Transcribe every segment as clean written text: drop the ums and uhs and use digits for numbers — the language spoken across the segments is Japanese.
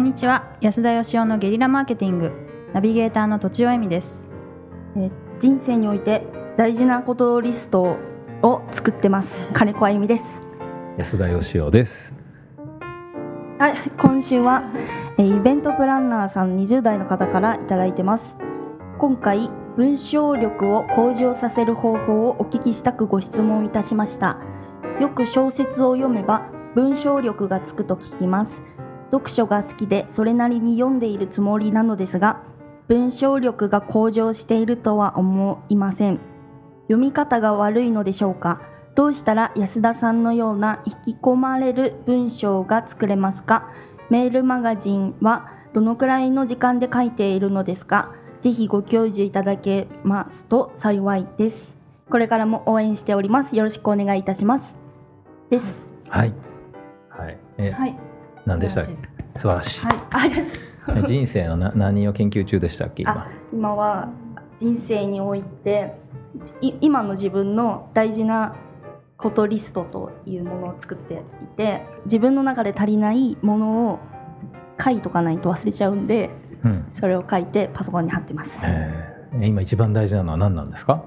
んにちは。安田義雄のゲリラマーケティングナビゲーターのとちおえみです。 人生において大事なことリストを作ってます金子あゆみです。 安田義雄です。 はい、今週はイベントプランナーさん20代の方からいただいてます。今回文章力を向上させる方法をお聞きしたくご質問いたしました。よく小説を読めば文章力がつくと聞きます。読書が好きでそれなりに読んでいるつもりなのですが、文章力が向上しているとは思いません。読み方が悪いのでしょうか。どうしたら安田さんのような引き込まれる文章が作れますか。メールマガジンはどのくらいの時間で書いているのですか。ぜひご教授いただけますと幸いです。これからも応援しております。よろしくお願いいたしますです。 はいはい、 はい、 何でしたっけ。素晴らしい、 はい、です人生の何を研究中でしたっけ。 今は人生において今の自分の大事なことリストというものを作っていて、自分の中で足りないものを書いとかないと忘れちゃうんで、それを書いてパソコンに貼ってます。 今一番大事なのは何なんですか。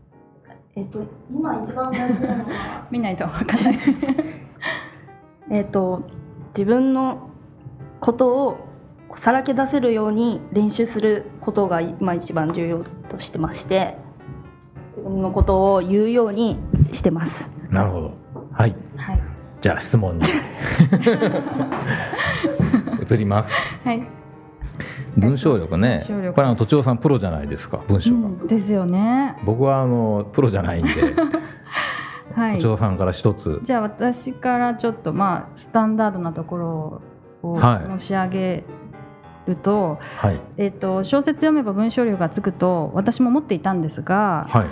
今一番大事なのは見ないと分かんないです自分のことをさらけ出せるように練習することが今一番重要としてまして、自分のことを言うようにしてます。 なるほど、はい、はい、じゃあ質問に移ります。 はい、 文章力ね。これとちおさんプロじゃないですか、文章が、 ですよね。 僕はプロじゃないんではい、 とちおさんから一つ。 じゃあ私からちょっとスタンダードなところを申し上げると、はい、小説読めば文章力がつくと私も思っていたんですが、はい、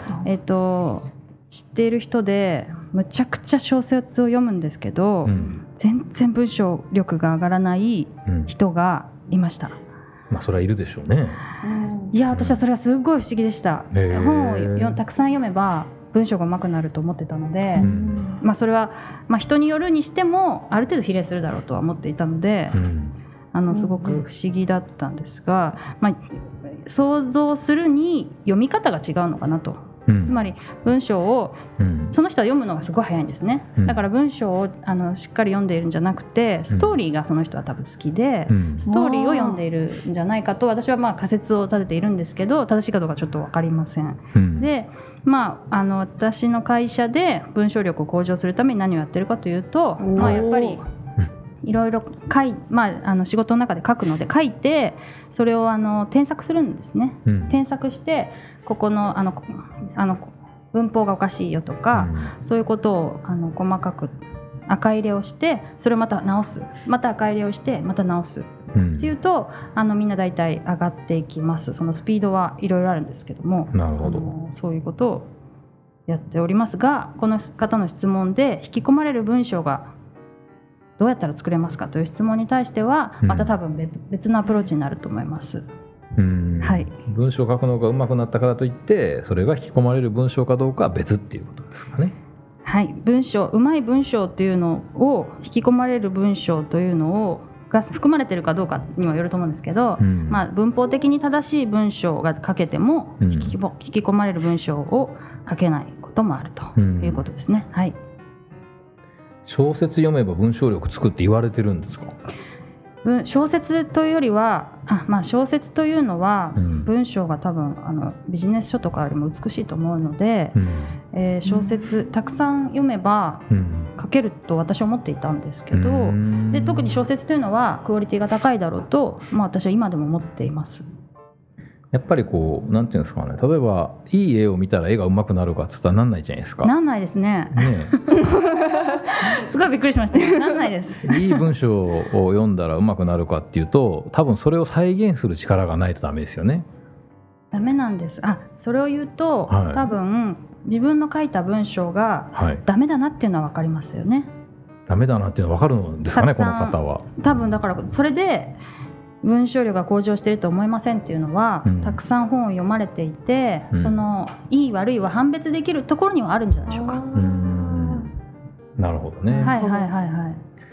知っている人でむちゃくちゃ小説を読むんですけど、全然文章力が上がらない人がいました。 それはいるでしょうね。 いや、私はそれがすごい不思議でした。本をたくさん読めば文章が上手くなると思ってたので、それは人によるにしてもある程度比例するだろうとは思っていたので、すごく不思議だったんですが、想像するに読み方が違うのかなと、つまり文章を、その人は読むのがすごい早いんですね。だから文章をしっかり読んでいるんじゃなくて、ストーリーがその人は多分好きで、ストーリーを読んでいるんじゃないかと私は仮説を立てているんですけど、正しいかどうかちょっと分かりません。で、私の会社で文章力を向上するために何をやってるかというと、やっぱりいろいろ仕事の中で書くので書いて、それを添削するんですね。添削してここの文法がおかしいよとか、そういうことを細かく赤入れをして、それをまた直す、また赤入れをしてまた直すっていうと、みんな大体上がっていきます。そのスピードはいろいろあるんですけども、 なるほど、 そういうことをやっておりますが、この方の質問で引き込まれる文章がどうやったら作れますかという質問に対しては、また多分別のアプローチになると思います。はい、 文章を書くのが上手くなったからといってそれが引き込まれる文章かどうかは別っていうことですかね。 はい、うまい文章というのを引き込まれる文章というのが含まれているかどうかにもよると思うんですけど、文法的に正しい文章が書けても引き込まれる文章を書けないこともあるということですね。はい、 小説読めば文章力つくって言われてるんですか。 小説というよりは小説というのは文章が多分ビジネス書とかよりも美しいと思うので、小説たくさん読めば書けると私は思っていたんですけど、で特に小説というのはクオリティが高いだろうと、私は今でも思っています。 やっぱりなんていうんですかね、例えばいい絵を見たら絵が上手くなるかっつったらなんないじゃないですか。 なんないですね。すごいびっくりしましたね。なんないです。 いい文章を読んだら上手くなるかっていうと、多分それを再現する力がないとダメですよね。 ダメなんです。それを言うと、多分自分の書いた文章がダメだなっていうのは分かりますよね。 ダメだなっていうのは分かるんですかね、この方は。 多分だからそれで文章量が向上していると思いませんっていうのは、たくさん本を読まれていて、そのいい悪いは判別できるところにはあるんじゃないでしょうか。 なるほどね。 はいはいはいはい。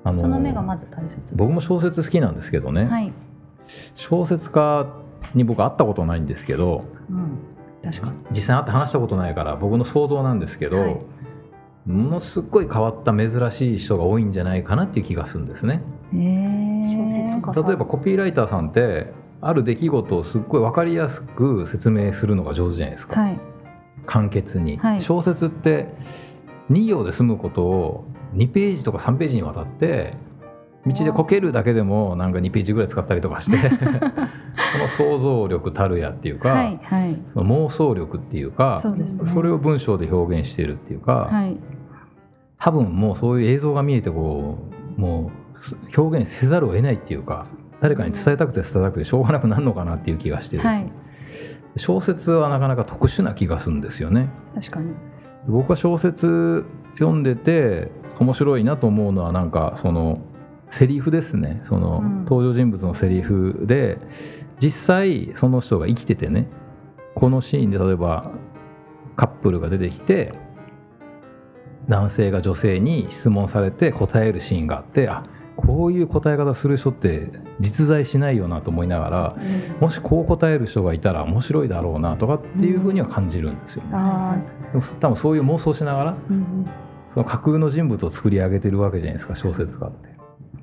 その目がまず大切。 僕も小説好きなんですけどね、はい、小説家に僕会ったことないんですけど、 確かに実際会って話したことないから僕の想像なんですけど、はい、ものすごい変わった珍しい人が多いんじゃないかなっていう気がするんですね。例えばコピーライターさんってある出来事をすっごい分かりやすく説明するのが上手じゃないですか、はい、簡潔に、はい、小説って2行で済むことを2ページとか3ページにわたって道でこけるだけでもなんか2ページぐらい使ったりとかしてその想像力たるやっていうか、はいはい、その妄想力っていうか そうですね、それを文章で表現しているっていうか、はい、多分もうそういう映像が見えてこうもう表現せざるを得ないっていうか誰かに伝えたくて伝えたくてしょうがなくなるのかなっていう気がしてですね、はい、小説はなかなか特殊な気がするんですよね。 確かに僕は小説読んでて面白いなと思うのはなんかそのセリフですね。その登場人物のセリフで実際その人が生きててね、このシーンで例えばカップルが出てきて男性が女性に質問されて答えるシーンがあって、あ、こういう答え方する人って実在しないよなと思いながら、もしこう答える人がいたら面白いだろうなとかっていうふうには感じるんですよね。でも多分そういう妄想しながら、その架空の人物を作り上げてるわけじゃないですか、小説家って。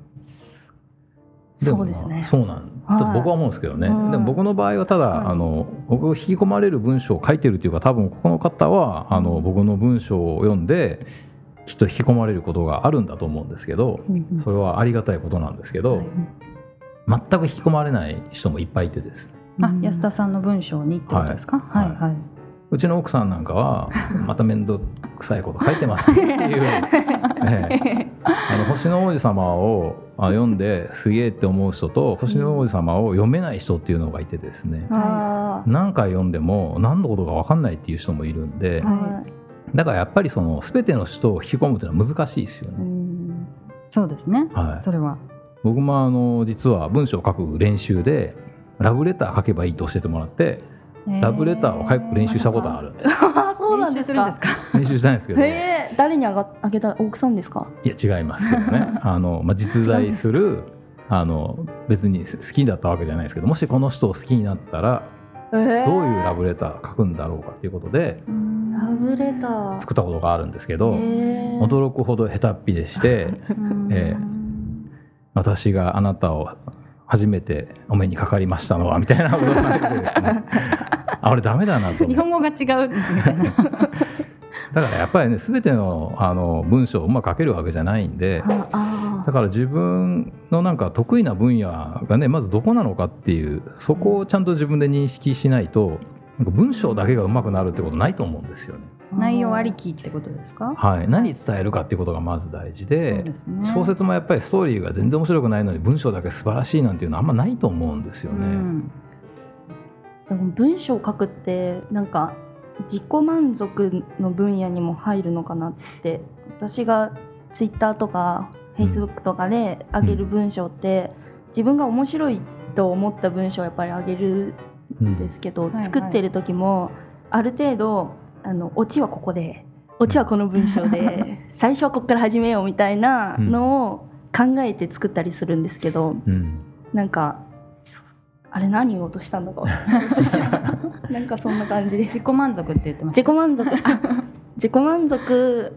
そうですね。 そうなんだ僕は思うんですけどね。でも僕の場合はただ僕を引き込まれる文章を書いてるというか、多分この方は僕の文章を読んできっと引き込まれることがあるんだと思うんですけど、それはありがたいことなんですけど、全く引き込まれない人もいっぱいいてですね。 安田さんの文章にってことですか？はいはいはい。 うちの奥さんなんかはまた面倒くさいこと書いてますっていう星の王子様を読んですげえって思う人と星の王子様を読めない人っていうのがいてですね、何回読んでも何のことか分かんないっていう人もいるんで、だからやっぱりその全ての人を引き込むっていうのは難しいですよね。 そうですね、はい、それは僕も実は文章を書く練習でラブレター書けばいいと教えてもらって、ラブレターを書く練習したことがあるんです。 そうなんですか。 練習したんですけど、 誰にあげた奥さんですか？いや違いますけどね実在する別に好きだったわけじゃないですけど、もしこの人を好きになったらどういうラブレター書くんだろうかということでラブレター作ったことがあるんですけど、驚くほど下手っぴでして私があなたを初めてお目にかかりましたのはみたいなことがあってですねあれダメだなと。 日本語が違うみたいなだからやっぱりね、全ての文章をうまく書けるわけじゃないんで、だから自分のなんか得意な分野がねまずどこなのかっていう、そこをちゃんと自分で認識しないと文章だけがうまくなるってことないと思うんですよね。 内容ありきってことですか？ はい、何伝えるかっていうことがまず大事で、小説もやっぱりストーリーが全然面白くないのに文章だけ素晴らしいなんていうのはあんまないと思うんですよね。 でも文章を書くってなんか自己満足の分野にも入るのかなって、私がツイッターとかフェイスブックとかで上げる文章って、自分が面白いと思った文章をやっぱり上げるんですけど、作ってる時もある程度オチはここで、オチはこの文章で最初はここから始めようみたいなのを考えて作ったりするんですけど、なんかあれ何言おうとしたんだか忘れちゃったなんかそんな感じです。 自己満足って言ってます。 自己満足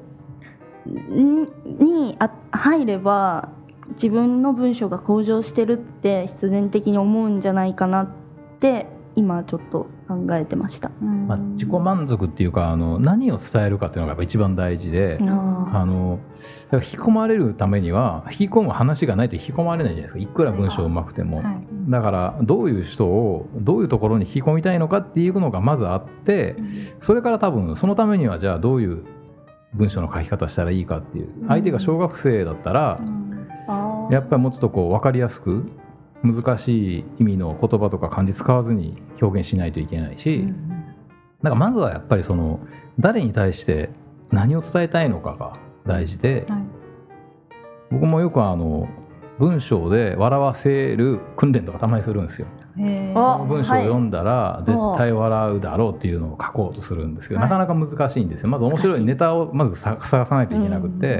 に入れば自分の文章が向上してるって必然的に思うんじゃないかなって今ちょっと考えてました。 自己満足っていうか何を伝えるかっていうのがやっぱ一番大事で、引き込まれるためには引き込む話がないと引き込まれないじゃないですか、いくら文章うまくても、だからどういう人をどういうところに引き込みたいのかっていうのがまずあって、それから多分そのためにはじゃあどういう文章の書き方したらいいかっていう、相手が小学生だったらやっぱりもうちょっとこう分かりやすく難しい意味の言葉とか漢字使わずに表現しないといけないし、なんかまずはやっぱりその誰に対して何を伝えたいのかが大事で、僕もよく文章で笑わせる訓練とかたまにするんですよ。この文章を読んだら絶対笑うだろうっていうのを書こうとするんですけど、なかなか難しいんですよ。まず面白いネタをまず探さないといけなくて、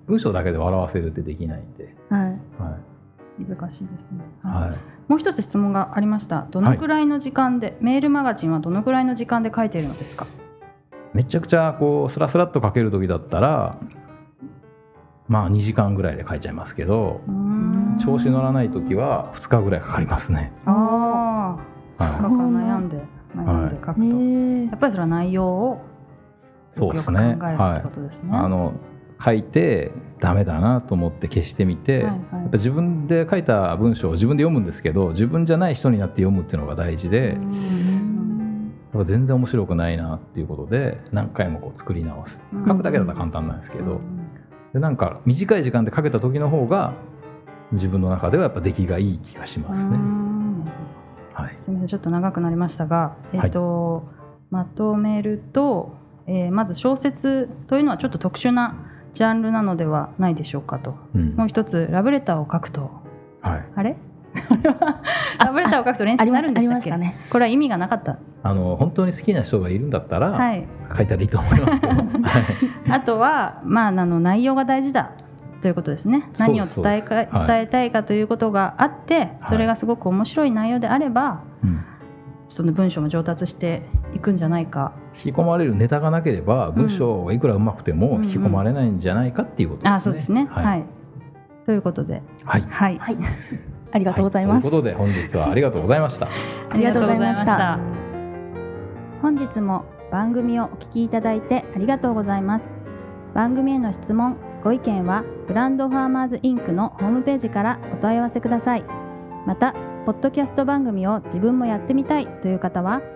文章だけで笑わせるってできないんで、 はいはい難しいですね、 はい、 もう一つ質問がありました。どのくらいの時間で、メールマガジンはどのくらいの時間で書いているのですか？ めちゃくちゃこうスラスラっと書ける時だったらまあ2時間ぐらいで書いちゃいますけど、調子乗らない時は2日ぐらいかかりますね。 ああ、2日間悩んで書くと、やっぱりそれは内容をよく考えるってことですね。 書いてダメだなと思って消してみて、やっぱ自分で書いた文章を自分で読むんですけど、自分じゃない人になって読むっていうのが大事で、全然面白くないなっていうことで何回もこう作り直す。書くだけだったら簡単なんですけど、でなんか短い時間で書けた時の方が自分の中ではやっぱ出来がいい気がしますね。はい、 すみません、ちょっと長くなりましたが、まとめると、まず小説というのはちょっと特殊なジャンルなのではないでしょうかと、もう一つラブレターを書くと、あれラブレターを書くと練習になるんでしたっけ？これは意味がなかった。 本当に好きな人がいるんだったら、書いたらいいと思いますけどあとは、内容が大事だということですね。何を伝えたいかということがあって、それがすごく面白い内容であれば、その文章も上達していくんじゃないか。 引き込まれるネタがなければ文章がいくらうまくても引き込まれないんじゃないかっていうことですね。 そうですね、ということで、 ありがとうございます。 ということで本日はありがとうございました。 ありがとうございました。 本日も番組をお聞きいただいてありがとうございます。番組への質問、ご意見はブランドファーマーズインクのホームページからお問い合わせください。またポッドキャスト番組を自分もやってみたいという方は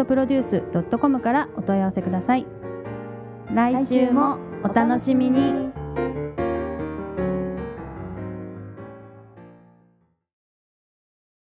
podcastproduce.com からお問い合わせください。来週もお楽しみに。